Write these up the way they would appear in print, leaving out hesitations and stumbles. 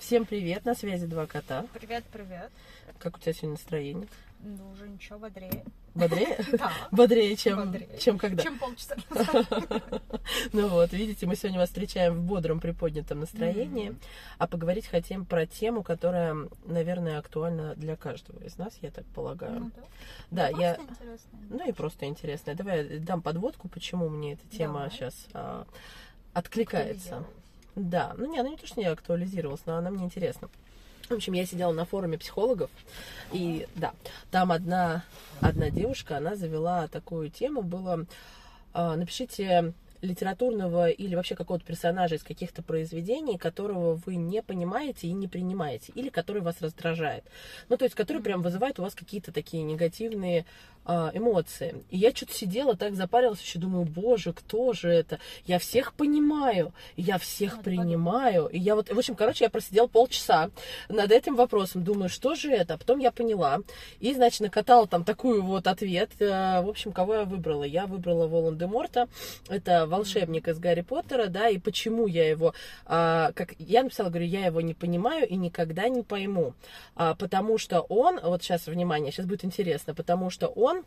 Всем привет, на связи два кота. Привет, привет. Как у тебя сегодня настроение? Ну, уже ничего, бодрее. Бодрее? Да. Бодрее, чем когда? Чем полчаса назад. Ну вот, видите, мы сегодня вас встречаем в бодром, приподнятом настроении, а поговорить хотим про тему, которая, наверное, актуальна для каждого из нас, я так полагаю. Ну, да. Просто интересно. Ну и просто интересно. Давай я дам подводку, почему мне эта тема сейчас откликается. Да, ну не, она не то, что не актуализировалась, но она мне интересна. В общем, я сидела на форуме психологов, и да, там одна девушка, она завела такую тему, было, напишите литературного или вообще какого-то персонажа из каких-то произведений, которого вы не понимаете и не принимаете, или который вас раздражает. Ну, то есть, который прям вызывает у вас какие-то такие негативные эмоции. И я что-то сидела, так запарилась, еще думаю, боже, кто же это? Я всех понимаю, я всех принимаю. И я вот, в общем, короче, я просидела полчаса над этим вопросом, думаю, что же это? А потом я поняла. И, значит, накатала там такую вот ответ. В общем, кого я выбрала? Я выбрала Волан-де-Морта. Это волшебник из Гарри Поттера, да, и почему я его, как я написала, говорю, я его не понимаю и никогда не пойму. Потому что он, вот сейчас, внимание, сейчас будет интересно, потому что он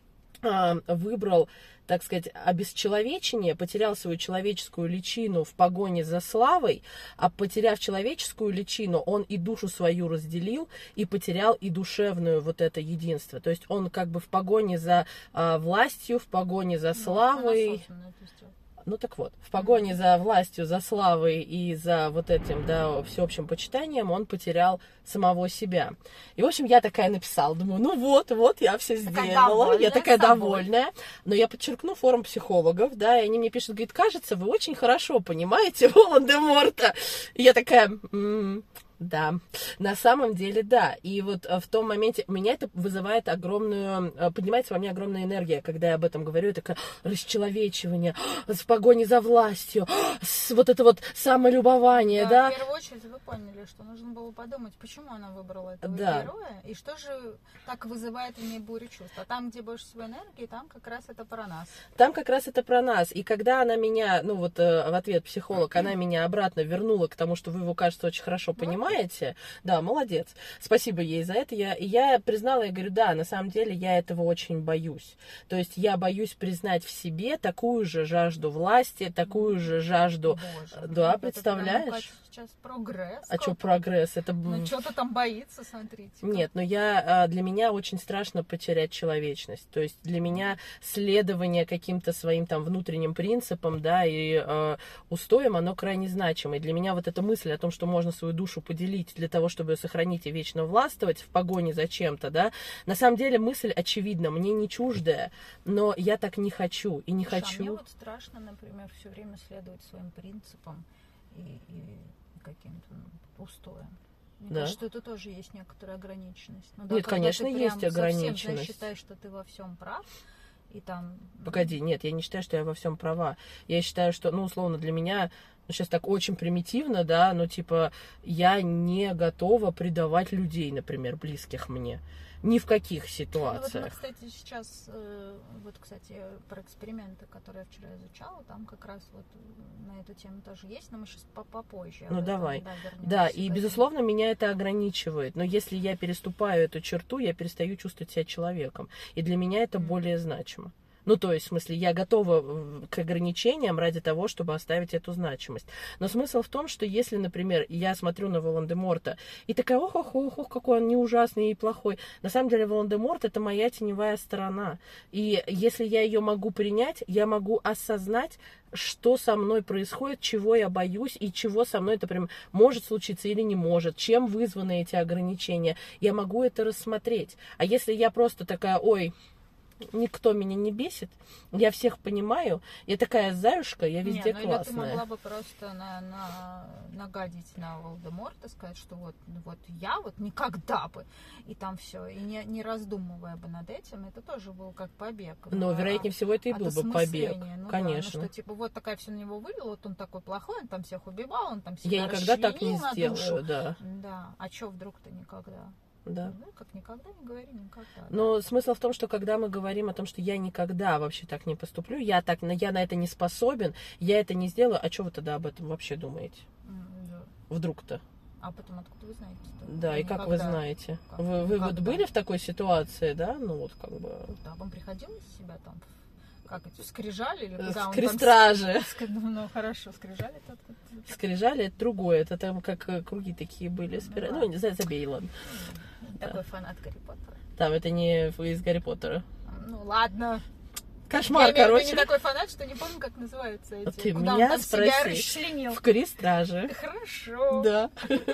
выбрал, так сказать, обесчеловечение, потерял свою человеческую личину в погоне за славой, а потеряв человеческую личину, он и душу свою разделил, и потерял и душевную вот это единство. То есть он как бы в погоне за властью, в погоне за славой... Ну так вот, в погоне за властью, за славой и за вот этим, да, всеобщим почитанием он потерял самого себя. И, в общем, я такая написала, думаю, ну вот, я все сделала, я такая довольная. Но я подчеркну форум психологов, да, и они мне пишут, говорит, кажется, вы очень хорошо понимаете Волан-де-Морта. И я такая... Да, на самом деле, да. И вот в том моменте меня это вызывает огромную, поднимается во мне огромная энергия, когда я об этом говорю, это такое расчеловечивание, в погоне за властью, вот это вот самолюбование, да. В первую очередь вы поняли, что нужно было подумать, почему она выбрала этого героя, и что же так вызывает в ней бурю чувств. А там, где больше всего энергии, там как раз это про нас. Там как раз это про нас. И когда она меня, ну вот в ответ психолог, она меня обратно вернула к тому, что вы его, кажется, очень хорошо понимаете. Да, молодец. Спасибо ей за это. Я признала, я говорю, да, на самом деле я этого очень боюсь. То есть я боюсь признать в себе такую же жажду власти, такую же жажду... Боже, да, представляешь? Сейчас прогресс. А что прогресс? Это... Ну, что-то там боится, смотрите. Нет, но для меня очень страшно потерять человечность. То есть для меня следование каким-то своим там внутренним принципам, да, и устоям, оно крайне значимо. И для меня вот эта мысль о том, что можно свою душу поделить для того, чтобы ее сохранить и вечно властвовать в погоне за чем-то, да, на самом деле мысль очевидна, мне не чуждая, но я так не хочу и не хочу. А мне вот страшно, например, все время следовать своим принципам и каким-то устоям. Мне кажется, что это тоже есть некоторая ограниченность. Ну, да, нет, конечно, есть ограниченность. Совсем, считаешь, что ты во всем прав, и там... Погоди, нет, я не считаю, что я во всем права. Я считаю, что, ну, условно, для меня, ну, сейчас так очень примитивно, да, но, типа, я не готова предавать людей, например, близких мне. Ни в каких ситуациях. Ну, вот мы, кстати, сейчас, кстати, про эксперименты, которые я вчера изучала, там как раз вот на эту тему тоже есть, но мы сейчас попозже. Ну, давай. Да, и, безусловно, меня это ограничивает. Но если я переступаю эту черту, я перестаю чувствовать себя человеком. И для меня это более значимо. Ну, то есть, в смысле, я готова к ограничениям ради того, чтобы оставить эту значимость. Но смысл в том, что если, например, я смотрю на Волан-де-Морта и такая, ох, какой он не ужасный и плохой. На самом деле, Волан-де-Морт — это моя теневая сторона. И если я ее могу принять, я могу осознать, что со мной происходит, чего я боюсь и чего со мной это прям может случиться или не может, чем вызваны эти ограничения. Я могу это рассмотреть. А если я просто такая, ой... Никто меня не бесит, я всех понимаю, я такая заюшка, я везде классная. Или ты могла бы просто нагадить на Волан-де-Морта, сказать, что вот я вот никогда бы, и там все, и не раздумывая бы над этим, это тоже был как побег. Но, вероятнее всего, это и был бы побег, конечно. Да, что типа вот такая все на него вывела, вот он такой плохой, он там всех убивал, он там всех я никогда так не сделаю, да. Да, а что вдруг-то никогда? Да. Ну, как никогда не говори никогда. Но да. Смысл в том, что когда мы говорим о том, что я никогда вообще так не поступлю, я на это не способен, я это не сделаю, а что вы тогда об этом вообще думаете? Да. Вдруг-то? А потом откуда вы знаете? Да, и как вы знаете? Как? Вы вот Когда? были в такой ситуации, да? Ну вот как бы... Да, вам приходилось себя там, как эти, скрижали? Или В куда он скрестражи. Ну, хорошо, скрижали это откуда? Скрижали это другое. Это там как круги такие были. Ну, Ну, не знаю, забей, ладно. Такой фанат Гарри Поттера. Там это не из Гарри Поттера. Ну, ладно. Кошмар, Я имею в виду, короче. не такой фанат, что не помню, как называются эти. Ты куда меня он там себя спроси. расчленил. В крестражи. Хорошо. Да.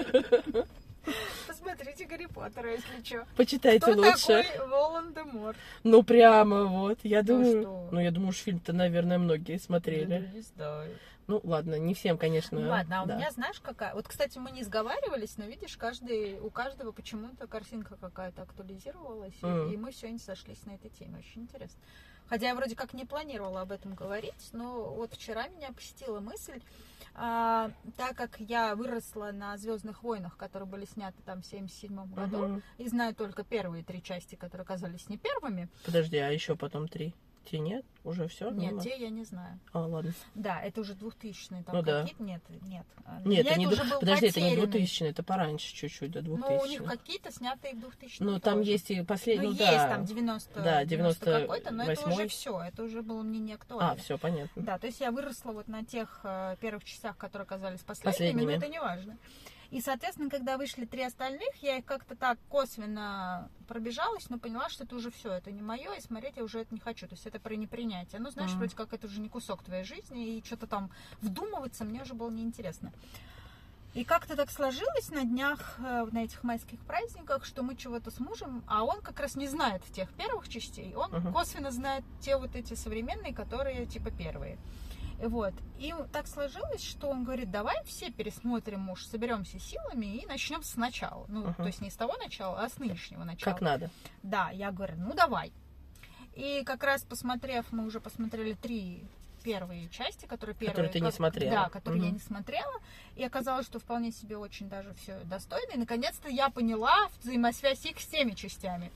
Посмотрите Гарри Поттера, если что. Почитайте Кто лучше. такой Волан-де-Морт? Ну прямо вот. Я Ну думаю. что? Ну, я думаю, что фильм-то, наверное, многие смотрели. Не знаю. Ну, ладно, не всем, конечно. Ну, ладно, а у да. меня, знаешь, какая... Вот, кстати, мы не сговаривались, но, видишь, у каждого почему-то картинка какая-то актуализировалась, и мы сегодня сошлись на этой теме. Очень интересно. Хотя я вроде как не планировала об этом говорить, но вот вчера меня посетила мысль, так как я выросла на «Звездных войнах», которые были сняты там в 1977 году, и знаю только первые 3 части, которые оказались не первыми. Подожди, а еще потом 3? Те нет? Уже все? Нет, те я не знаю. А, ладно. Да, это уже 2000-е. Там Ну да. какие-то... Нет. Нет, это не уже был подожди, это не потерянный. 2000, это пораньше чуть-чуть, до 2000. Ну, у них какие-то снятые в 2000 Ну, там есть и последний, ну, ну, есть да. там 90, Да, 90 какой-то, но это 98-й. уже все, это уже было мне не актуально. А, все, понятно. Да, то есть я выросла вот на тех первых частях, которые оказались последними, но это не важно. И, соответственно, когда вышли 3 остальных, я их как-то так косвенно пробежалась, но поняла, что это уже все, это не мое, и смотреть я уже это не хочу. То есть это про непринятие. Ну, знаешь, вроде как это уже не кусок твоей жизни, и что-то там вдумываться мне уже было неинтересно. И как-то так сложилось на днях, на этих майских праздниках, что мы чего-то с мужем, а он как раз не знает тех первых частей, он косвенно знает те вот эти современные, которые типа первые. Вот. И так сложилось, что он говорит, давай все пересмотрим, муж, соберемся силами и начнем сначала. Ну, то есть не с того начала, а с нынешнего начала. Как надо. Да, я говорю, ну давай. И как раз мы уже посмотрели 3 первые части, которые ты не смотрела. Да, которые я не смотрела. И оказалось, что вполне себе очень даже все достойно. И наконец-то я поняла взаимосвязь их с теми частями.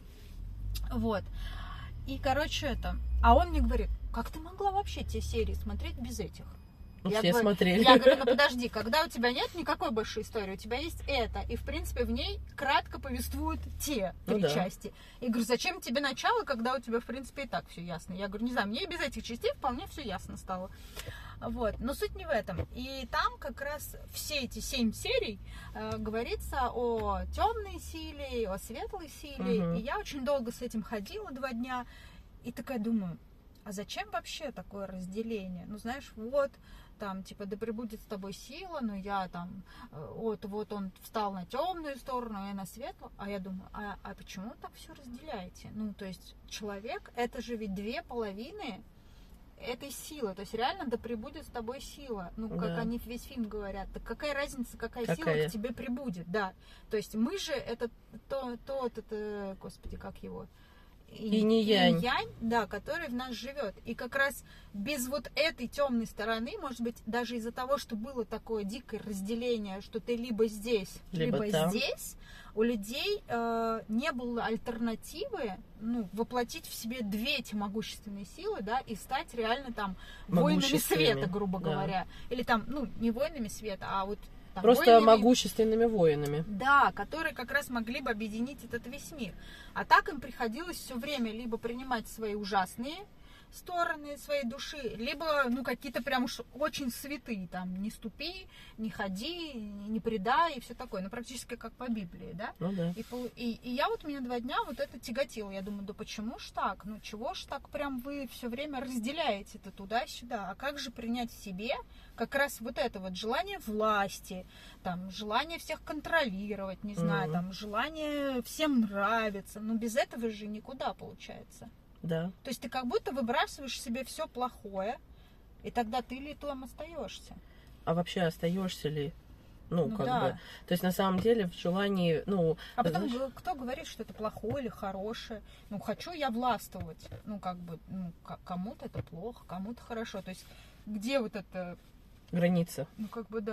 Вот. И, короче, А он мне говорит, как ты могла вообще те серии смотреть без этих? Все смотрели. Я говорю, ну подожди, когда у тебя нет никакой большой истории, у тебя есть это, и в принципе в ней кратко повествуют те 3 части. И говорю, зачем тебе начало, когда у тебя в принципе и так все ясно? Я говорю, не знаю, мне без этих частей вполне все ясно стало. Вот. Но суть не в этом. И там как раз все эти 7 серий говорится о темной силе, о светлой силе. И я очень долго с этим ходила 2 дня. И такая думаю, а зачем вообще такое разделение? Ну, знаешь, вот, там, типа, да пребудет с тобой сила, но я там, вот он встал на темную сторону, а я на светлую. А я думаю, а почему так все разделяете? Ну, то есть, человек, это же ведь 2 половины этой силы. То есть, реально, да пребудет с тобой сила. Ну, как они весь фильм говорят. Так какая разница, какая сила к тебе прибудет? Да. То есть, мы же, это господи, как его... Инь-янь, да, который в нас живет. И как раз без вот этой темной стороны, может быть, даже из-за того, что было такое дикое разделение, что ты либо здесь, либо здесь, у людей не было альтернативы, ну, воплотить в себе 2 эти могущественные силы, да, и стать реально там воинами света, грубо говоря. Или там, ну, не воинами света, а вот там, просто воинами, могущественными воинами. Да, которые как раз могли бы объединить этот весь мир. А так им приходилось все время либо принимать свои ужасные стороны своей души, либо, ну, какие-то прям уж очень святые, там, не ступи, не ходи, не предай и все такое. Ну, практически как по Библии, да? Ну, да. И я вот, меня 2 дня вот это тяготило. Я думаю, да почему ж так? Ну, чего ж так прям вы все время разделяете это туда-сюда? А как же принять в себе как раз вот это вот желание власти, там, желание всех контролировать, не знаю, там, желание всем нравиться. Ну, без этого же никуда получается. Да. То есть ты как будто выбрасываешь себе все плохое, и тогда ты ли там остаешься? А вообще остаешься ли? Ну, как да. бы. То есть на самом деле в желании, ну. А потом кто говорит, что это плохое или хорошее? Ну, хочу я властвовать. Ну, как бы, ну, кому-то это плохо, кому-то хорошо. То есть где вот это граница? Ну, как бы да.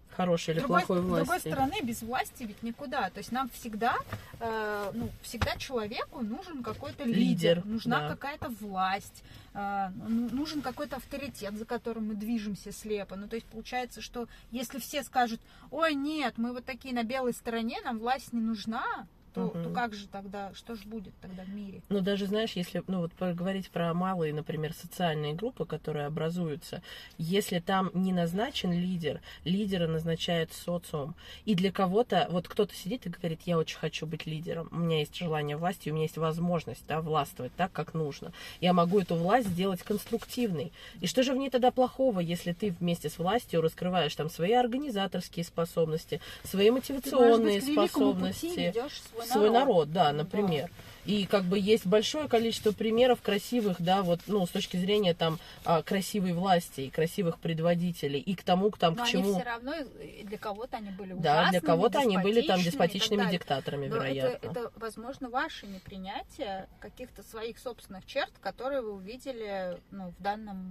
хорошей или плохой власти. С другой стороны, без власти ведь никуда. То есть нам всегда, всегда человеку нужен какой-то лидер, нужна какая-то власть, нужен какой-то авторитет, за которым мы движемся слепо. Ну, то есть получается, что если все скажут: ой, нет, мы вот такие на белой стороне, нам власть не нужна, то как же тогда, что же будет тогда в мире? Ну, даже, знаешь, если, говорить про малые, например, социальные группы, которые образуются, если там не назначен лидер, лидера назначает социум. И для кого-то, вот кто-то сидит и говорит: я очень хочу быть лидером, у меня есть желание власти, у меня есть возможность, да, властвовать так, как нужно. Я могу эту власть сделать конструктивной. И что же в ней тогда плохого, если ты вместе с властью раскрываешь там свои организаторские способности, свои мотивационные способности, свой народ, да, например. И как бы есть большое количество примеров красивых, да, вот, с точки зрения там красивой власти и красивых предводителей, и к тому, к чему... Но они все равно, для кого-то они были ужасными, да, для кого-то они были там деспотичными диктаторами, но вероятно. Это, возможно, ваше непринятие каких-то своих собственных черт, которые вы увидели, в данном,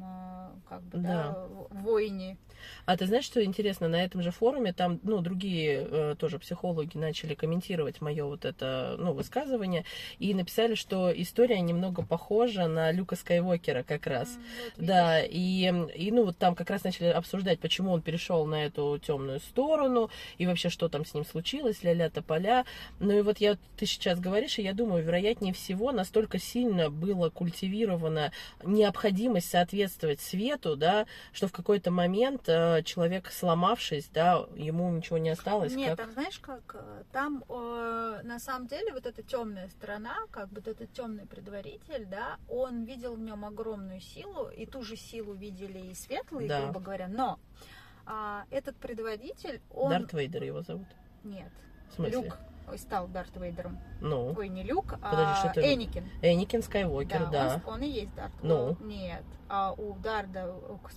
войне. А ты знаешь, что интересно, на этом же форуме там, другие тоже психологи начали комментировать мое вот это, высказывание, и написали, что история немного похожа на Люка Скайуокера как раз. Да, и там как раз начали обсуждать, почему он перешел на эту темную сторону, и вообще, что там с ним случилось, ля-ля тополя. Ну и вот ты сейчас говоришь, и я думаю, вероятнее всего, настолько сильно была культивирована необходимость соответствовать свету, да, что в какой-то момент человек, сломавшись, да, ему ничего не осталось. Нет, там знаешь как? Там на самом деле вот эта темная сторона, как бы этот темный предваритель, да, он видел в нем огромную силу, и ту же силу видели и светлые, да, грубо говоря, но этот предводитель, он... Дарт Вейдер его зовут? Нет. В смысле? Люк стал Дарт Вейдером. Ну. Ой, не Люк, Подожди, Энакин. Энакин Скайуокер, да. Он и есть Дарт. Ну. Нет. У Дарда,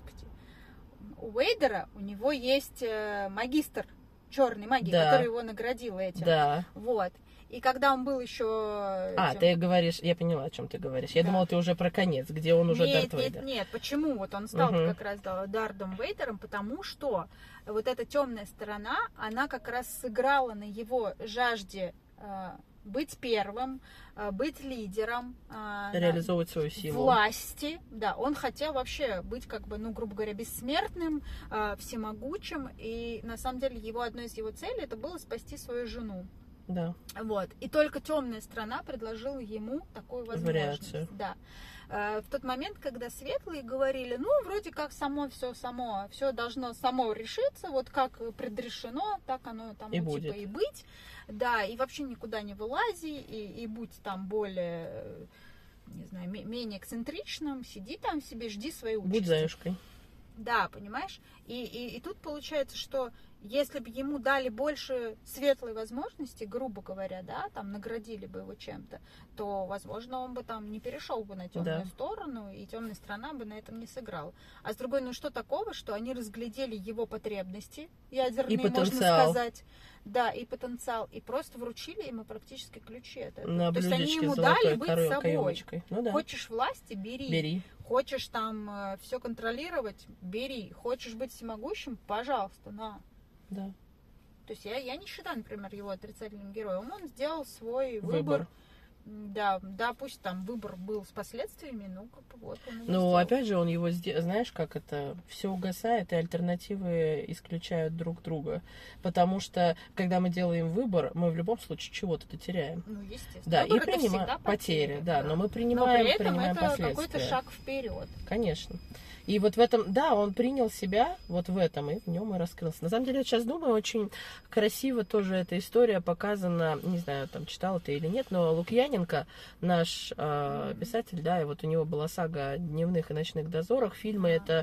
у Вейдера у него есть магистр черной магии, да, который его наградил этим. Да. Вот. И когда он был еще... ты говоришь, я поняла, о чем ты говоришь. Я думала, ты уже про конец, где он уже Дарт Вейдер. Нет. Почему? Вот он стал как раз Дартом Вейдером, потому что вот эта темная сторона, она как раз сыграла на его жажде быть первым, быть лидером, реализовывать свою силу, власти, да, он хотел вообще быть, грубо говоря, бессмертным, всемогучим, и на самом деле одной из его целей это было спасти свою жену. Да. Вот. И только темная сторона предложила ему такую возможность. Вариацию. Да. В тот момент, когда светлые говорили, вроде как все должно само решиться, вот как предрешено, так оно там и будет. И быть. Да, и вообще никуда не вылази, и будь там более, не знаю, менее эксцентричным, сиди там себе, жди своей участи. Будь заюшкой. Да, понимаешь? И тут получается, что если бы ему дали больше светлой возможности, грубо говоря, да, там наградили бы его чем-то, то, возможно, он бы там не перешел бы на темную сторону, и темная сторона бы на этом не сыграла. А с другой, что такого, что они разглядели его потребности ядерные, можно сказать, да, и потенциал, и просто вручили ему практически ключи от этого. То есть они ему дали быть собой. Хочешь власти, бери. Хочешь там все контролировать, бери. Хочешь быть всемогущим, пожалуйста, на. Да. То есть я не считаю, например, его отрицательным героем. Он сделал свой выбор. Да, пусть там выбор был с последствиями, вот он его сделал. Опять же, он его сделал, знаешь, как это, все угасает, и альтернативы исключают друг друга. Потому что, когда мы делаем выбор, мы в любом случае чего-то теряем. Естественно. Да, выбор и принимаем потеря, да, но мы принимаем, но при этом принимаем это последствия. Какой-то шаг вперед. Конечно. И вот в этом, да, он принял себя вот в этом, и в нем и раскрылся. На самом деле, я сейчас думаю, очень красиво тоже эта история показана, не знаю, там, читала ты или нет, но Лукьяненко, наш писатель, да, и вот у него была сага о дневных и ночных дозорах. Фильмы это,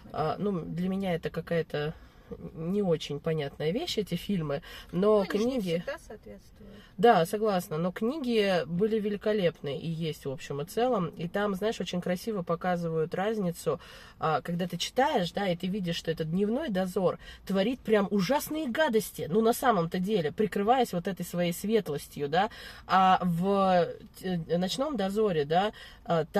для меня это какая-то не очень понятная вещь, эти фильмы, но книги... не всегда соответствуют. Да, согласна, но книги были великолепны и есть в общем и целом, и там, знаешь, очень красиво показывают разницу, когда ты читаешь, да, и ты видишь, что этот дневной дозор творит прям ужасные гадости, на самом-то деле, прикрываясь вот этой своей светлостью, да, а в ночном дозоре, да, там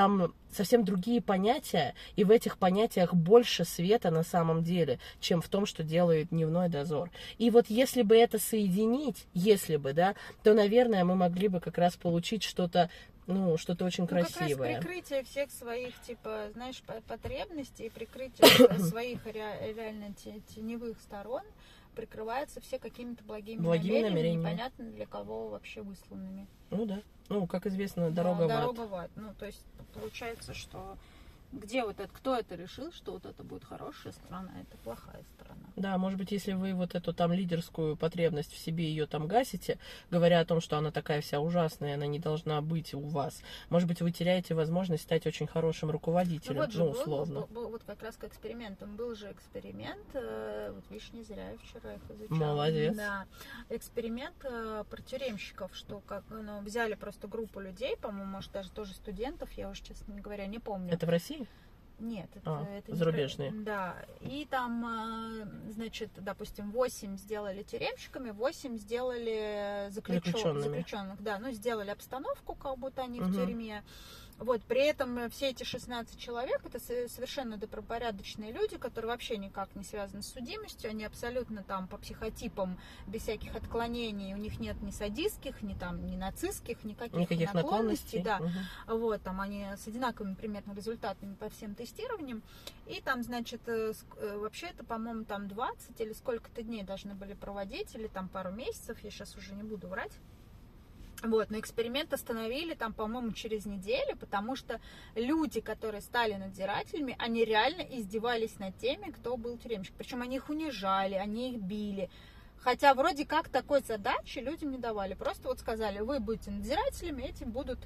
совсем другие понятия, и в этих понятиях больше света на самом деле, чем в том, что делает Дневной дозор. И вот если бы это соединить, да, то, наверное, мы могли бы как раз получить что-то, что-то очень красивое. Как раз прикрытие всех своих, типа, знаешь, потребностей, прикрытие своих реально теневых сторон прикрываются все какими-то благими намерениями, непонятно для кого вообще высланными. Ну да. Как известно, дорога в ад. Дорога в ад. То есть получается, что где вот это, кто это решил, что вот это будет хорошая сторона, а это плохая сторона. Да, может быть, если вы вот эту там лидерскую потребность в себе ее там гасите, говоря о том, что она такая вся ужасная, она не должна быть у вас, может быть, вы теряете возможность стать очень хорошим руководителем, условно. Вот как раз к экспериментам. Был же эксперимент, вот видишь, не зря я вчера их изучала. Молодец. Да. Эксперимент про тюремщиков, что взяли просто группу людей, по-моему, может, даже тоже студентов, я уже, честно говоря, не помню. Это в России? Нет, это зарубежные. Да. И там, значит, допустим, 8 сделали тюремщиками, 8 сделали заключенных. Да, сделали обстановку, как будто они в тюрьме. Вот, при этом все эти 16 человек, это совершенно добропорядочные люди, которые вообще никак не связаны с судимостью, они абсолютно там по психотипам, без всяких отклонений, у них нет ни садистских, ни нацистских, никаких наклонностей. Да. Вот, там они с одинаковыми примерно результатами по всем тестированиям. И там, значит, вообще это, по-моему, там 20 или сколько-то дней должны были проводить, или там пару месяцев, я сейчас уже не буду врать. Вот, но эксперимент остановили там, по-моему, через неделю, потому что люди, которые стали надзирателями, они реально издевались над теми, кто был тюремщик. Причем они их унижали, они их били. Хотя вроде как такой задачи людям не давали. Просто вот сказали, вы будете надзирателями, этим будут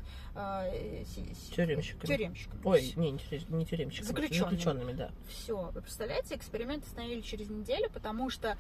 тюремщиками. Ой, не тюремщиками, заключенными, да. Все, вы представляете, эксперимент остановили через неделю, потому что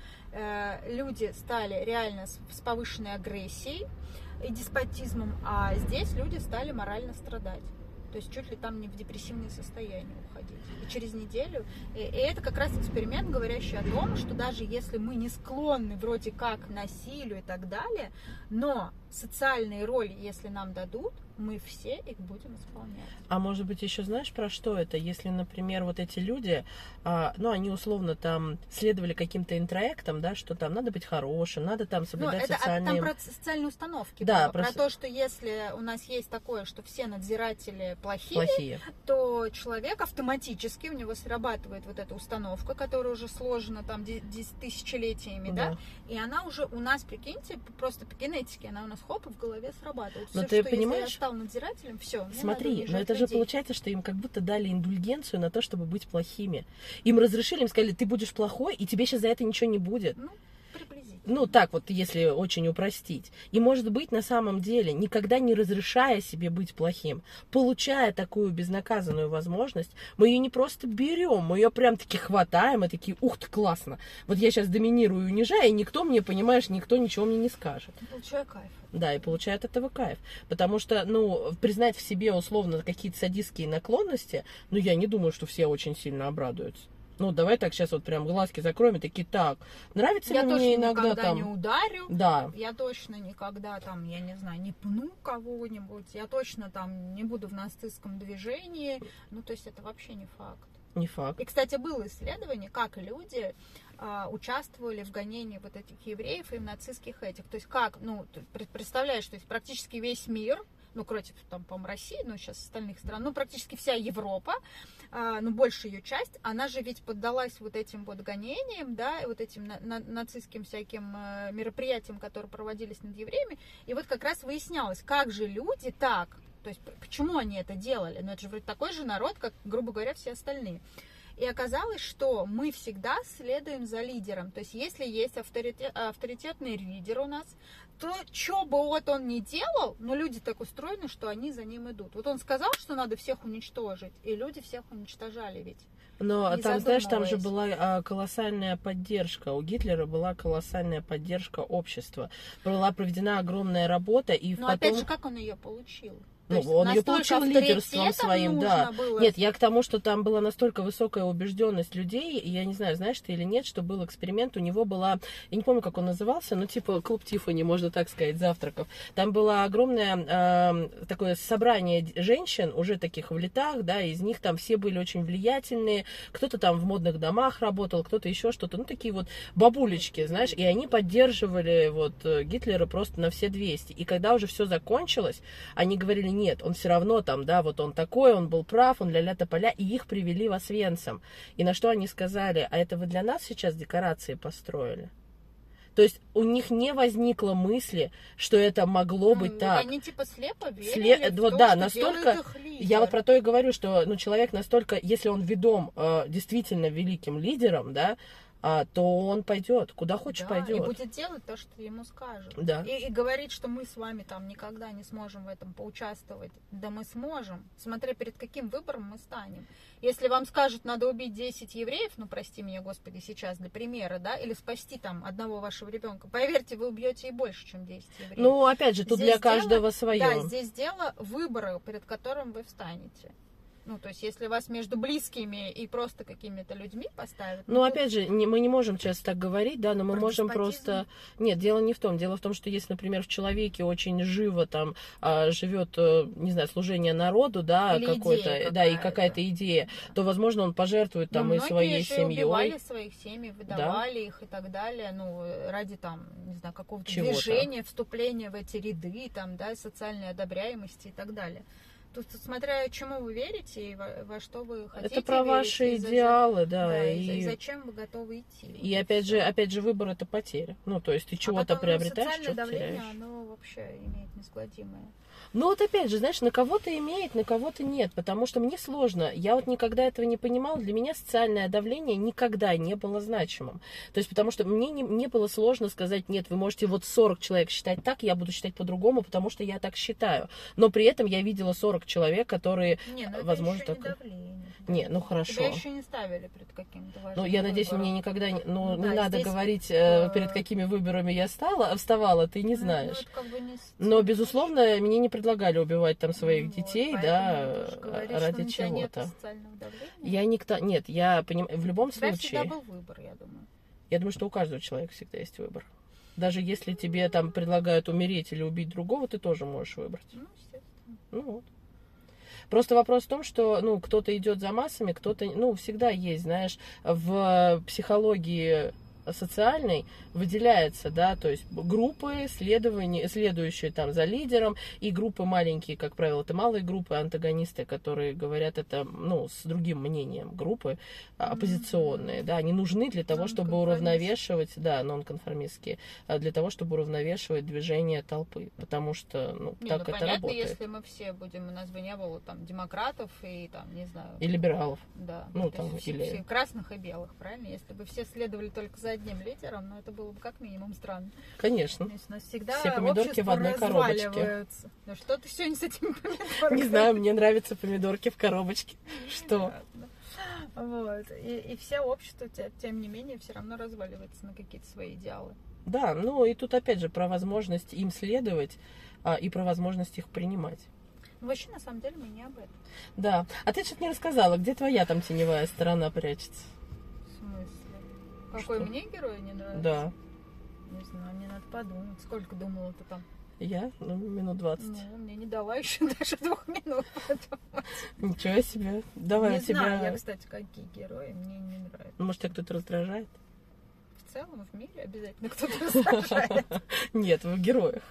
люди стали реально с повышенной агрессией и деспотизмом, а здесь люди стали морально страдать. То есть чуть ли там не в депрессивное состояние уходить. И через неделю. И это как раз эксперимент, говорящий о том, что даже если мы не склонны вроде как к насилию и так далее, но социальные роли, если нам дадут, мы все их будем исполнять. А может быть, еще знаешь, про что это? Если, например, вот эти люди, они условно там следовали каким-то интроектам, да, что там надо быть хорошим, надо там соблюдать социальные... Там про социальные установки. Да, было, про то, что если у нас есть такое, что все надзиратели плохие, то человек автоматически, у него срабатывает вот эта установка, которая уже сложена там тысячелетиями, да, и она уже у нас, прикиньте, просто по генетике, она у нас хоп, в голове срабатывает. Но ты понимаешь, если я стал надзирателем, все. Смотри, но это же получается, что им как будто дали индульгенцию на то, чтобы быть плохими. Им разрешили, им сказали, ты будешь плохой, и тебе сейчас за это ничего не будет. Приблизительно. Так вот, если очень упростить. И, может быть, на самом деле, никогда не разрешая себе быть плохим, получая такую безнаказанную возможность, мы ее не просто берем, мы ее прям-таки хватаем и такие, ух ты, классно. Вот я сейчас доминирую и унижаю, и никто мне, понимаешь, никто ничего мне не скажет. Получаю кайф. Да, и получает от этого кайф. Потому что, признать в себе условно какие-то садистские наклонности, я не думаю, что все очень сильно обрадуются. Давай так сейчас вот прям глазки закроем и такие, так, нравится ли мне иногда никогда там... не ударю, да. Я точно никогда там, я не знаю, не пну кого-нибудь, я точно там не буду в нацистском движении, то есть это вообще не факт. Не факт. И, кстати, было исследование, как люди участвовали в гонении вот этих евреев и в нацистских этих, то есть как, представляешь, то есть практически весь мир, против, там, по-моему, России, сейчас остальных стран, практически вся Европа, большая ее часть, она же ведь поддалась вот этим вот гонениям, да, и вот этим нацистским всяким мероприятиям, которые проводились над евреями, и вот как раз выяснялось, как же люди так, то есть почему они это делали, это же вроде такой же народ, как, грубо говоря, все остальные. И оказалось, что мы всегда следуем за лидером. То есть, если есть авторитетный лидер у нас, то что бы он ни делал, люди так устроены, что они за ним идут. Вот он сказал, что надо всех уничтожить, и люди всех уничтожали ведь. Но там, знаешь, там же была колоссальная поддержка. У Гитлера была колоссальная поддержка общества. Была проведена огромная работа. И опять же, как он ее получил? Ну, он ее получил лидерством своим, да. Было... Нет, я к тому, что там была настолько высокая убежденность людей, и я не знаю, знаешь ты или нет, что был эксперимент, у него была, я не помню, как он назывался, но типа клуб Тиффани, можно так сказать, завтраков. Там было огромное такое собрание женщин, уже таких в летах, да, из них там все были очень влиятельные, кто-то там в модных домах работал, кто-то еще что-то, ну, такие вот бабулечки, знаешь, и они поддерживали вот Гитлера просто на все 200. И когда уже все закончилось, они говорили, нет, он все равно там, да, вот он такой, он был прав, он ля-ля тополя, и их привели в Освенцим. И на что они сказали, а это вы для нас сейчас декорации построили? То есть у них не возникло мысли, что это могло быть так. Они типа слепо верили в вот, то, да, что настолько, их лидер. я вот про то и говорю, что ну, человек настолько, если он ведом действительно великим лидером, да, то он пойдет, куда хочешь, да, пойдет. И будет делать то, что ему скажут. Да. И говорить, что мы с вами там никогда не сможем в этом поучаствовать. Да мы сможем, смотря перед каким выбором мы станем. Если вам скажут, надо убить 10 евреев, ну прости меня, Господи, сейчас для примера, да, или спасти там одного вашего ребенка, поверьте, вы убьете и больше, чем 10 евреев. Ну, опять же, тут здесь для каждого свое. Да, здесь дело выбора, перед которым вы встанете. Ну, то есть, если вас между близкими и просто какими-то людьми поставят... Ну, опять же, мы не можем часто так говорить, да, но мы можем просто... Нет, дело не в том. Дело в том, что если, например, в человеке очень живо там живет, не знаю, служение народу, да, какой-то, да, и какая-то идея, то, возможно, он пожертвует там и своей семьей. Многие же убивали своих семей, выдавали их и так далее, ну, ради там, не знаю, какого-то движения, вступления в эти ряды, там, да, социальной одобряемости и так далее. Тут смотря чему вы верите и во что вы хотите. Это про ваши идеалы, да. И зачем вы готовы идти. И опять же, выбор это потеря. Ну, то есть ты чего-то приобретаешь, социальное давление, теряешь. Оно вообще имеет несгладимое. Ну вот опять же, знаешь, на кого-то имеет, на кого-то нет, потому что мне сложно. Я вот никогда этого не понимала. Для меня социальное давление никогда не было значимым. То есть потому что мне не было сложно сказать, нет, вы можете вот 40 человек считать так, я буду считать по-другому, потому что я так считаю. Но при этом я видела 40 человек, которые, возможно, это еще не давление. Не, ну хорошо. Тебя еще не ставили перед каким-то важным Ну, я надеюсь, выбором. мне никогда не... Ну, да, не надо говорить, перед какими выборами я вставала, ты не знаешь. Ну, как бы не... Но, безусловно, мне не предлагали убивать там своих детей, да, ради чего-то. Я никто... Нет, я понимаю, в любом случае... всегда был выбор, я думаю. Я думаю, что у каждого человека всегда есть выбор. Даже если тебе там предлагают умереть или убить другого, ты тоже можешь выбрать. Ну, естественно. Ну вот. Просто вопрос в том, что, ну, кто-то идет за массами, кто-то, ну, всегда есть, знаешь, в психологии социальной выделяется, да, то есть группы, следующие там за лидером, и группы маленькие, как правило, это малые группы, антагонисты, которые говорят это, ну, с другим мнением, группы оппозиционные, да, они нужны для того, чтобы уравновешивать, да, нонконформистские, для того, чтобы уравновешивать движение толпы, потому что, ну, так это понятно, работает. Если мы все будем, у нас бы не было там демократов и там, не знаю... И либералов. Да. Ну, там, все красных и белых, правильно? Если бы все следовали только за одним лидером, но это было бы как минимум странно. Конечно. То есть у нас всегда все помидорки в одной коробочке. Ну что ты сегодня с этими помидорками? Не знаю, мне нравятся помидорки в коробочке. Что? Вот. И все общество, тем не менее, все равно разваливается на какие-то свои идеалы. Да, ну и тут опять же про возможность им следовать и про возможность их принимать. Вообще, на самом деле, мы не об этом. Да. А ты что-то не рассказала, где твоя там теневая сторона прячется? В смысле? Какой Что? мне герой не нравится? Да. Не знаю, мне надо подумать. Сколько думала ты там? Я? Ну, минут 20. Ну, мне не дала еще даже 2 минут подумать. Ничего себе. Давай не у тебя... знаю я, кстати, какие герои мне не нравятся. Может, тебя кто-то раздражает? В целом, в мире обязательно кто-то раздражает. Нет, в героях.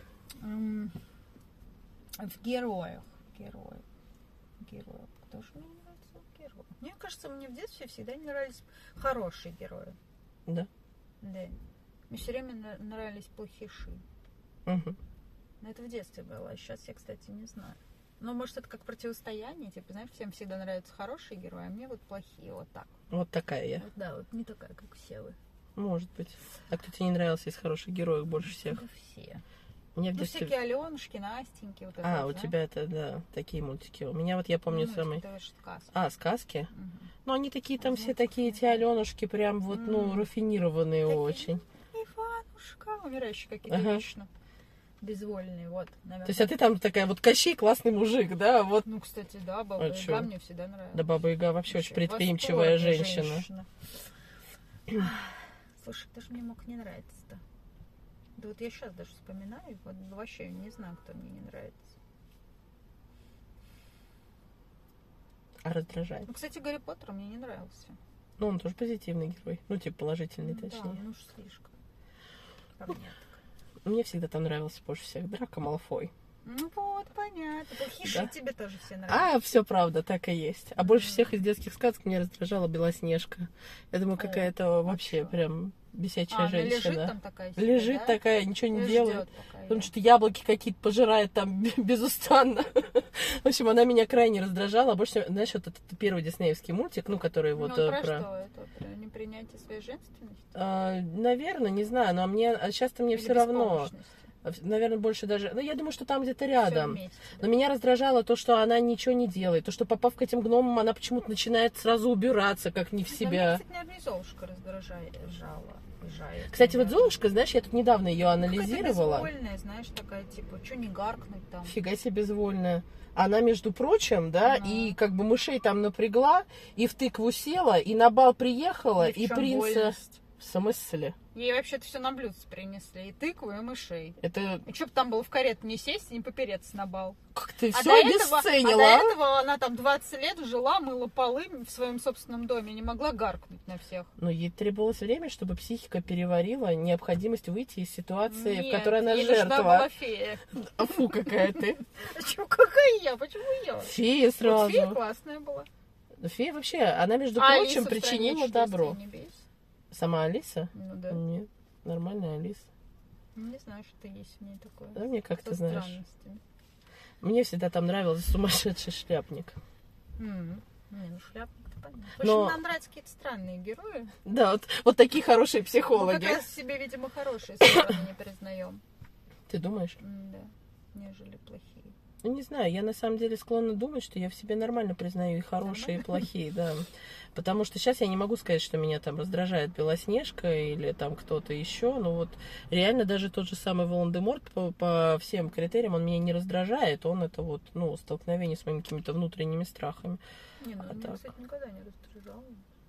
В героях. Героев. Кто же мне не нравится в героях? Мне кажется, мне в детстве всегда не нравились хорошие герои. Да? Да. Мне все время нравились плохиши. Угу. Но это в детстве было, а сейчас я, кстати, не знаю. Ну, может, это как противостояние, типа, знаешь, всем всегда нравятся хорошие герои, а мне вот плохие, вот так. Вот такая я. Вот, да, вот не такая, как все вы. Может быть. А кто тебе не нравился из хороших героев больше всех? Да все. Мне в ну, детстве... всякие Аленушки, Настеньки, вот это. у тебя это, да, такие мультики. У меня вот, я помню, самый... Это сказки. Сказки? Угу. Ну, они такие, там все такие, эти Аленушки, прям вот, ну, рафинированные такие, очень. Иванушка, умирающие какие-то вечно. Безвольный, вот, наверное. То есть, а ты там такая вот Кощей классный мужик, да? Вот. Ну, кстати, да, Баба Яга мне всегда нравилась. Да, Баба Яга вообще очень предприимчивая женщина. Слушай, кто же мне мог не нравиться-то? Да вот я сейчас даже вспоминаю, вот вообще не знаю, кто мне не нравится. А раздражает? Ну, кстати, Гарри Поттер мне не нравился. Ну, он тоже позитивный герой. Ну, типа положительный, точнее. Да, ну уж слишком. Мне всегда там нравился больше всех Драко Малфой. Ну вот, понятно. Хищи тебе тоже все нравятся. А, все правда, так и есть. А больше всех из детских сказок меня раздражала Белоснежка. Я думаю, какая-то вообще прям бесячая женщина. Лежит там такая себе, лежит да? такая, ничего не делает. Потому я. что яблоки какие-то пожирает там безустанно. В общем, она меня крайне раздражала. Больше, знаешь, вот этот первый диснеевский мультик, ну, который вот про что это? Про непринятие своей женственности? Наверное, не знаю, но часто мне все равно. Наверное, больше даже... Ну, я думаю, что там где-то рядом. Вместе, да. Но меня раздражало то, что она ничего не делает. То, что, попав к этим гномам, она почему-то начинает сразу убираться, как не в себя. Меня, кстати, наверное, и Золушка раздражала. Кстати, вот Золушка, знаешь, я тут недавно ее анализировала. Какая-то безвольная, знаешь, такая, типа, что не гаркнуть там. Фига себе безвольная. Она, между прочим, да, и как бы мышей там напрягла, и в тыкву села, и на бал приехала, и принца... Вольность? В смысле? Ей вообще-то все на блюдце принесли. И тыкву, и мышей. Это... И что бы там было в карету не сесть и не попереться на бал. Как ты все обесценила. До этого она там 20 лет жила, мыла полы в своем собственном доме. Не могла гаркнуть на всех. Но ей требовалось время, чтобы психика переварила необходимость выйти из ситуации, Нет, в которой она ей жертва. нужна была фея. Фу, какая ты. Какая я? Почему я? Фея сразу. Фея классная была. Фея вообще, она, между прочим, причинила добро. Сама Алиса? Ну да. Нет, нормальная Алиса. Не знаю, что есть в ней такое. Да, мне как-то, знаешь. Мне всегда там нравился сумасшедший шляпник. Не, ну шляпник-то понятно. В общем, нам нравятся какие-то странные герои. Да, вот такие хорошие психологи. Мы как раз в себе, видимо, хорошие стороны не признаем. Ты думаешь? Да, нежели плохие. Ну, не знаю, я на самом деле склонна думать, что я в себе нормально признаю и хорошие, и плохие, да. Потому что сейчас я не могу сказать, что меня там раздражает Белоснежка или там кто-то еще. Но вот реально даже тот же самый Волан-де-Морт по всем критериям он меня не раздражает. Он это вот, ну, столкновение с моими какими-то внутренними страхами. Не, ну, меня, кстати, никогда не раздражало.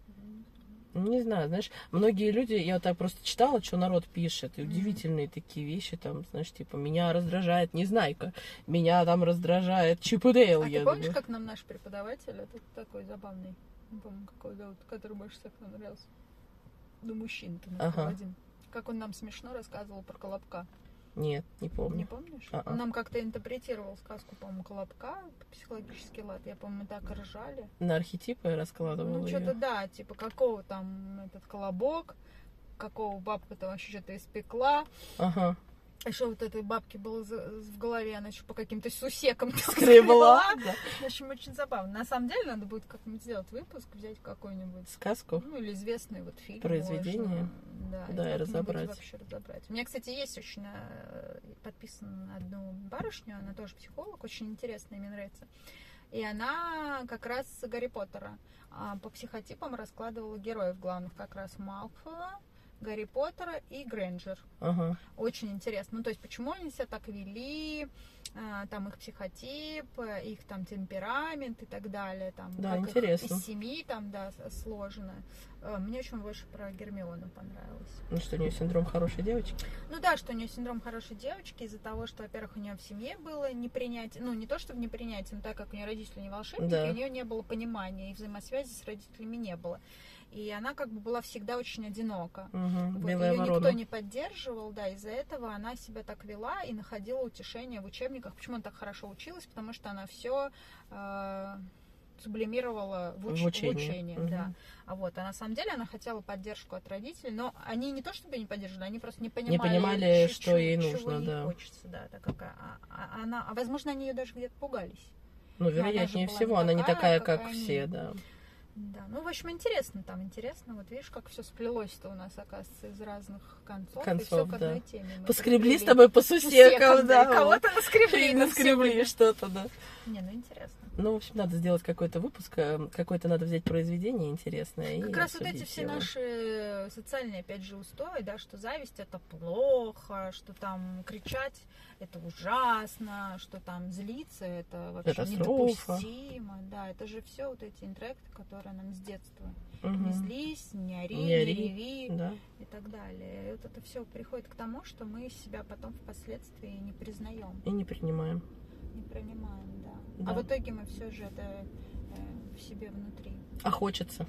Не знаю, знаешь, многие люди, я вот так просто читала, что народ пишет, и удивительные такие вещи, там, знаешь, типа, меня раздражает Незнайка, меня там раздражает Чип и Дейл. А ты помнишь, как нам наш преподаватель, этот такой забавный, не помню, какой зовут, который больше всех нам нравился, ну, мужчина-то один, как он нам смешно рассказывал про Колобка. Нет, не помню. Не помнишь? Он нам как-то интерпретировал сказку, по-моему, Колобка, психологический лад. Я, по-моему, так ржали. На архетипы раскладывал. Ну, что-то да, типа, какого там этот колобок, какого бабка там вообще что-то испекла. Ага. А что вот этой бабке было в голове, она еще по каким-то сусекам скребла. Да. В общем, очень забавно. На самом деле, надо будет как-нибудь сделать выпуск, взять какую-нибудь сказку, ну, или известный вот фильм. Произведение. Можно, да, и разобрать. Вообще разобрать. У меня, кстати, есть очень подписана на одну барышню, она тоже психолог, очень интересная, мне нравится. И она как раз с Гарри Поттера по психотипам раскладывала героев главных, как раз Малфоя, Гарри Поттера и Грейнджер. Ага. Очень интересно. Ну, то есть, почему они себя так вели, там их психотип, их там темперамент и так далее. Там, да, как интересно. Из семьи там, да, сложно. Мне очень больше про Гермиону понравилось. Ну, что у нее синдром хорошей девочки? Ну да, что у нее синдром хорошей девочки из-за того, что, во-первых, у нее в семье было непринятие, ну, не то чтобы непринятие, но так как у нее родители не волшебники, да. У нее не было понимания, и взаимосвязи с родителями не было. И она как бы была всегда очень одинока. Вот, ее никто не поддерживал, да, из-за этого она себя так вела и находила утешение в учебниках. Почему она так хорошо училась? Потому что она все сублимировала в учение. Да. А вот, а на самом деле она хотела поддержку от родителей, но они не то чтобы не поддерживали, они просто не понимали что ей нужно, чего да. ей хочется, да, так как возможно, они ее даже где-то пугались. Ну, вероятнее всего, она не такая, как все, да. Да, ну, в общем, интересно там, интересно. Вот видишь, как все сплелось-то у нас, оказывается, из разных концов и все к одной теме. Мы поскребли с тобой по сусекам, да. Кого-то наскребли. Наскребли что-то, да. Не, ну, интересно. Ну, в общем, надо сделать какой-то выпуск, какое-то надо взять произведение интересное. Как раз вот эти все наши социальные, опять же, устои, да, что зависть это плохо, что там кричать это ужасно, что там злиться это вообще катастрофа. недопустимо. Да, это же все вот эти интроекты, которые нам с детства. Угу. Не злись, не ори, не реви, да, и так далее. И вот это все приходит к тому, что мы себя потом впоследствии не признаем. И не принимаем. Не принимаем, да. А в итоге мы все же это в себе внутри. А хочется.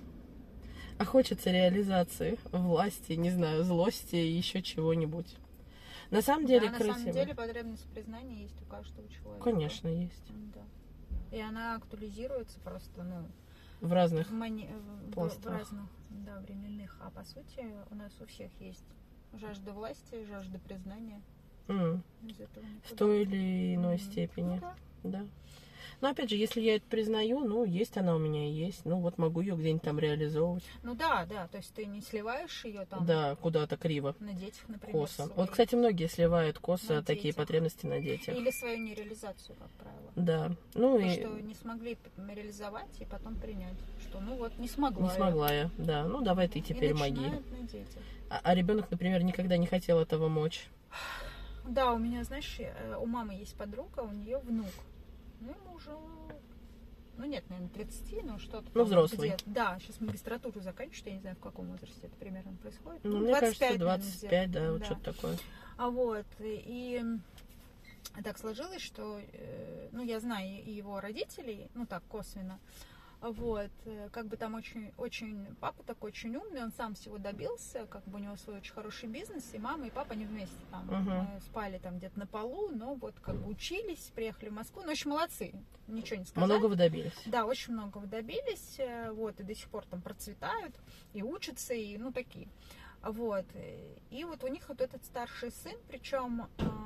А хочется реализации власти, не знаю, злости и еще чего-нибудь. На самом деле, да, на самом деле потребность признания есть у каждого человека. Конечно, есть. Да. И она актуализируется просто, ну, в разных пластах. В разных, да, временных. А по сути у нас у всех есть жажда власти, жажда признания. Из этого в той или иной степени. Ну, да. Но опять же, если я это признаю, ну, есть она у меня и есть. Ну, вот могу ее где-нибудь там реализовывать. Ну да, да. То есть ты не сливаешь ее там. Да, куда-то криво. На детях, например. Косо. Вот, кстати, многие сливают косо такие потребности на детях. Или свою нереализацию, как правило. Да. Ну и что не смогли реализовать и потом принять. Что ну вот не смогла. Не смогла я, да. Ну давай ты теперь моги. А ребенок, например, никогда не хотел этого мочь. Да, у меня, знаешь, у мамы есть подруга, у нее внук. Ну, ему уже, ну нет, наверное, 30, но что-то. Ну, взрослый. Да, сейчас магистратуру заканчивает, я не знаю, в каком возрасте это примерно происходит. Ну, мне 25, кажется, 25, наверное, да, вот что-то такое. А вот, и так сложилось, что, ну, я знаю и его родителей, ну, так, косвенно. Вот, как бы там очень, папа такой очень умный, он сам всего добился, как бы у него свой очень хороший бизнес, и мама, и папа, они вместе там спали там где-то на полу, но вот как бы учились, приехали в Москву, ну, очень молодцы, ничего не сказать. Многого добились. Да, очень многого добились, вот, и до сих пор там процветают, и учатся, и, ну, такие. Вот, и вот у них вот этот старший сын, причем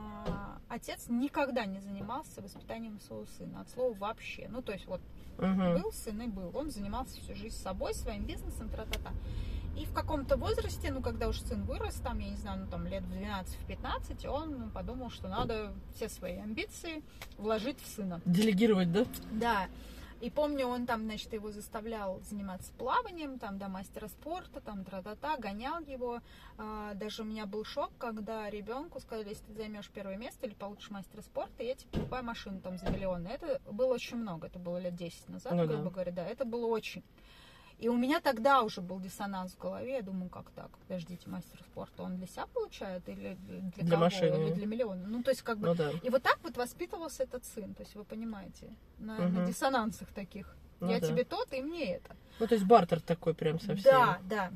отец никогда не занимался воспитанием своего сына, от слова вообще, ну, то есть вот был сын и был, он занимался всю жизнь собой, своим бизнесом, тра-та-та. И в каком-то возрасте, ну, когда уж сын вырос, там, я не знаю, ну, там, лет в 12-15, он подумал, что надо все свои амбиции вложить в сына. Делегировать, да? Да. И помню, он там, значит, его заставлял заниматься плаванием, там, до мастера спорта, там, тра-та-та, гонял его. Даже у меня был шок, когда ребенку сказали, если ты займешь первое место или получишь мастера спорта, я тебе покупаю машину там за миллион. Это было очень много, это было лет 10 назад, грубо говоря, да, это было очень. И у меня тогда уже был диссонанс в голове, я думаю, как так? Подождите, мастер спорта, он для себя получает или для кого? Машины. Или для миллиона? Ну, то есть, как бы... Ну, да. И вот так вот воспитывался этот сын, то есть, вы понимаете, на диссонансах таких. Ну, я тебе то, ты мне это. Ну, то есть, бартер такой прям совсем. Да, да.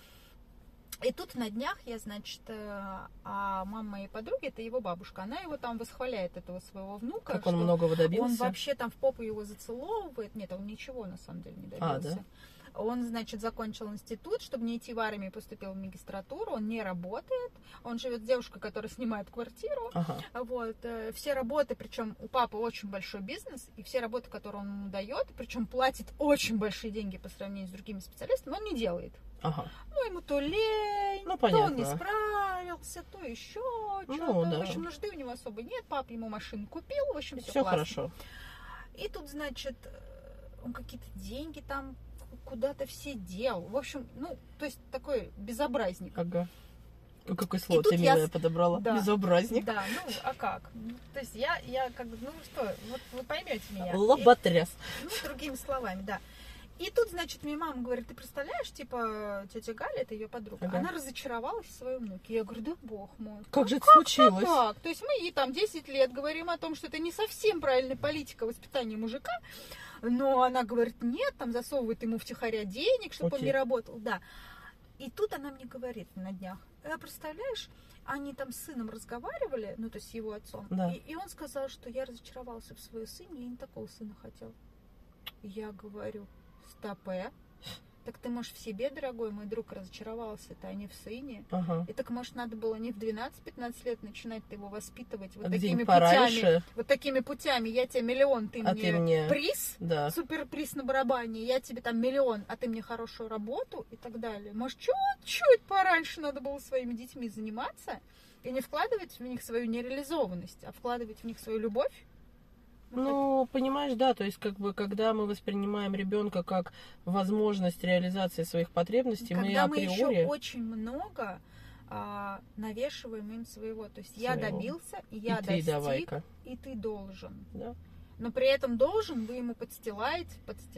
И тут на днях я, значит, мама моей подруги, это его бабушка, она его там восхваляет, этого своего внука. Как он многого добился. Он вообще там в попу его зацеловывает. Нет, он ничего на самом деле не добился. Да? Он, значит, закончил институт, чтобы не идти в армию, поступил в магистратуру, он не работает, он живет с девушкой, которая снимает квартиру, вот, все работы, причем у папы очень большой бизнес, и все работы, которые он ему дает, причем платит очень большие деньги по сравнению с другими специалистами, он не делает. Ну, ему то лень, то он не справился, то еще что-то, в общем, нужды у него особо нет, папа ему машину купил, в общем, все классно. Хорошо. И тут, значит, он какие-то деньги там куда-то все дел. В общем, ну, то есть такой безобразник. Ага. Ну, какое слово ты, милая, подобрала? Да. Безобразник. Да, ну, а как? То есть я как бы, ну что, вот вы поймете меня. Лоботряс. Ну, другими словами, да. И тут, значит, мне мама говорит, ты представляешь, типа, тетя Галя, это ее подруга, она разочаровалась в своем внуке. Я говорю, да бог мой. Как же это случилось? Так? То есть мы ей там 10 лет говорим о том, что это не совсем правильная политика воспитания мужика, но она говорит, нет, там засовывает ему втихаря денег, чтобы он не работал. Да. И тут она мне говорит на днях, представляешь, они там с сыном разговаривали, ну, то есть с его отцом, и он сказал, что я разочаровался в своем сыне, я не такого сына хотел. Я говорю, стопэ. Так ты, может, в себе, дорогой мой друг, разочаровался-то, а не в сыне. И так, может, надо было не в 12-15 лет начинать его воспитывать вот такими путями. Вот такими путями. Я тебе миллион, ты мне приз, суперприз на барабане, я тебе там миллион, а ты мне хорошую работу и так далее. Может, чуть-чуть пораньше надо было своими детьми заниматься и не вкладывать в них свою нереализованность, а вкладывать в них свою любовь. Ну, понимаешь, да, то есть, как бы, когда мы воспринимаем ребенка как возможность реализации своих потребностей, мы Когда мы априори... еще очень много навешиваем им своего. То есть я добился, я достиг, давай-ка. и ты должен. Да. Но при этом должен, вы ему подстилаете,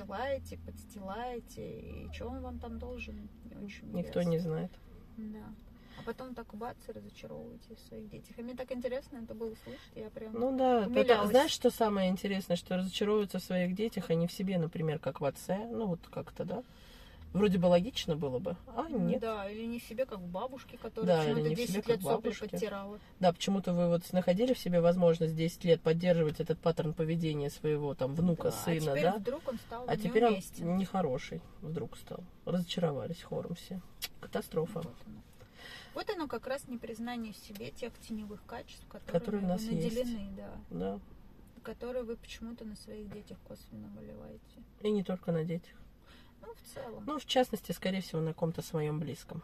и что он вам там должен? Никто не знает. Да. А потом так бац, и разочаровываетесь в своих детях. И мне так интересно это было слышать, я прям умилялась. Знаешь, что самое интересное? Что разочаровываются в своих детях, а не в себе, например, как в отце. Ну, вот как-то, да? Вроде бы логично было бы, а нет. Да, или не в себе, как в бабушке, которая почему-то 10 лет сопли подтирала. Да, почему-то вы вот находили в себе возможность 10 лет поддерживать этот паттерн поведения своего там внука, сына, а теперь да? вдруг он стал теперь он нехороший вдруг стал. Разочаровались хором все. Катастрофа. Вот оно как раз непризнание в себе тех теневых качеств, которые у нас вы наделены, есть. Да. Которые вы почему-то на своих детях косвенно выливаете. И не только на детях. Ну, в целом. Ну, в частности, скорее всего, на ком-то своем близком.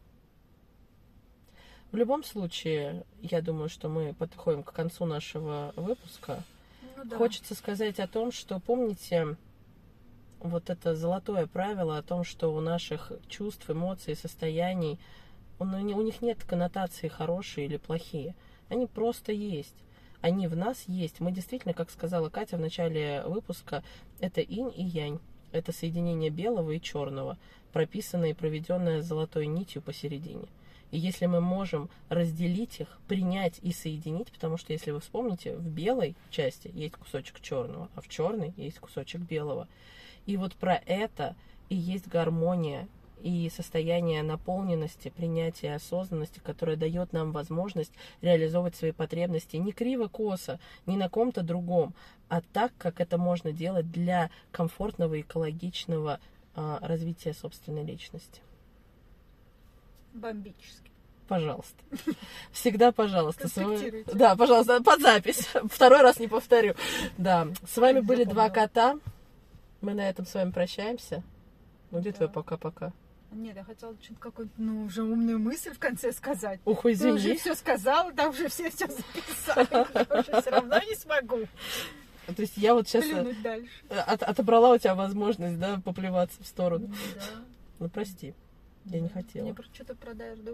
В любом случае, я думаю, что мы подходим к концу нашего выпуска. Ну, да. Хочется сказать о том, что, помните, вот это золотое правило о том, что у наших чувств, эмоций, состояний, у них нет коннотации хорошие или плохие. Они просто есть. Они в нас есть. Мы действительно, как сказала Катя в начале выпуска, это инь и янь. Это соединение белого и черного, прописанное и проведенное золотой нитью посередине. И если мы можем разделить их, принять и соединить, потому что, если вы вспомните, в белой части есть кусочек черного, а в черной есть кусочек белого. И вот про это и есть гармония и состояние наполненности, принятия осознанности, которое дает нам возможность реализовывать свои потребности не криво-косо, не на ком-то другом, а так, как это можно делать для комфортного, экологичного развития собственной личности. Бомбически. Пожалуйста. Всегда пожалуйста. Конспектируйте. Да, пожалуйста, под запись. Второй раз не повторю. Да. С вами были два кота. Мы на этом с вами прощаемся. Ну, где твое пока-пока? Нет, я хотела что-то какую-то, уже умную мысль в конце сказать. Ух, извини. Ты уже все сказала, да, уже все записали. Я уже все равно не смогу. То есть я вот сейчас отобрала у тебя возможность, да, поплеваться в сторону. Да. Ну, прости. Я не хотела. Мне что-то про Дарта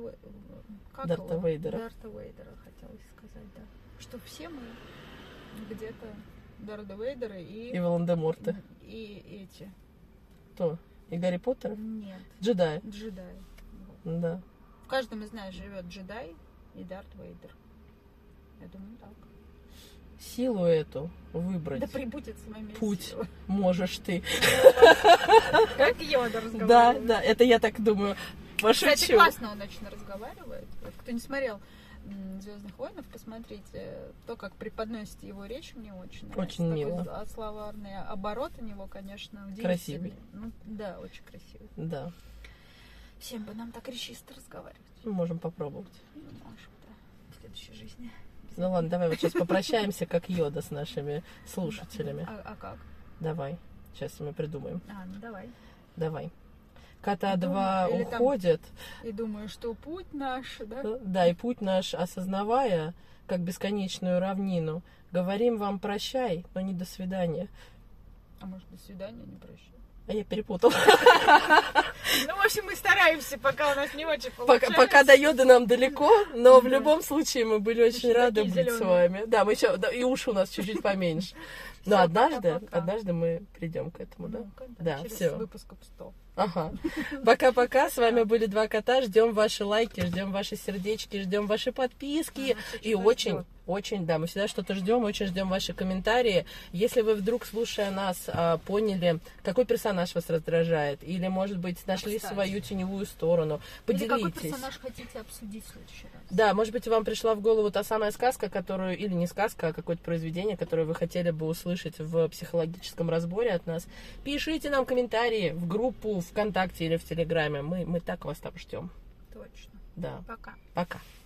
Вейдера. Дарта Вейдера хотелось сказать, да. Что все мы где-то Дарта Вейдера и Волан-де-Морта. И эти. Кто? И Гарри Поттера? Нет. Джедаи. Вот. Да. В каждом из нас живет джедай и Дарт Вейдер. Я думаю, так. Силу эту выбрать. Да прибудет с вами путь сила. Можешь ты. Как Йода разговаривает. Да, это я так думаю. Пошучу. Кстати, классно он очень разговаривает. Вот, кто не смотрел «Звездных войнов», посмотрите. То, как преподносит его речь, мне очень нравится. Очень мило. А словарный оборот у него, конечно, удивительный. Красивый. Ну, да, очень красивый. Да. Всем бы нам так речисто разговаривать. Мы можем попробовать. Ну, можем, да. В следующей жизни. Ну ладно, давай вот сейчас попрощаемся, как Йода, с нашими слушателями. А как? Давай. Сейчас мы придумаем. Ну давай. Давай. Кота 2 уходят. И думаю, что путь наш, да? Да, и путь наш, осознавая, как бесконечную равнину, говорим вам прощай, но не до свидания. А может, до свидания, не прощай? А я перепутала. Ну, в общем, мы стараемся, пока у нас не очень получается. Пока до Йоды нам далеко, но в любом случае мы были очень рады быть с вами. Да, мы еще, и уши у нас чуть-чуть поменьше. Но однажды мы придем к этому, да? Да, все. Выпусков 100. Ага. Пока-пока. С вами были два кота. Ждем ваши лайки, ждем ваши сердечки, ждем ваши подписки. И очень, да, мы всегда что-то ждем, очень ждем ваши комментарии. Если вы вдруг, слушая нас, поняли, какой персонаж вас раздражает, или, может быть, нашли свою теневую сторону, поделитесь. Или какой персонаж хотите обсудить в следующий раз. Да, может быть, вам пришла в голову та самая сказка, которую, или не сказка, а какое-то произведение, которое вы хотели бы услышать в психологическом разборе от нас. Пишите нам комментарии в группу ВКонтакте или в Телеграме. Мы так вас там ждем. Точно. Да. Пока. Пока.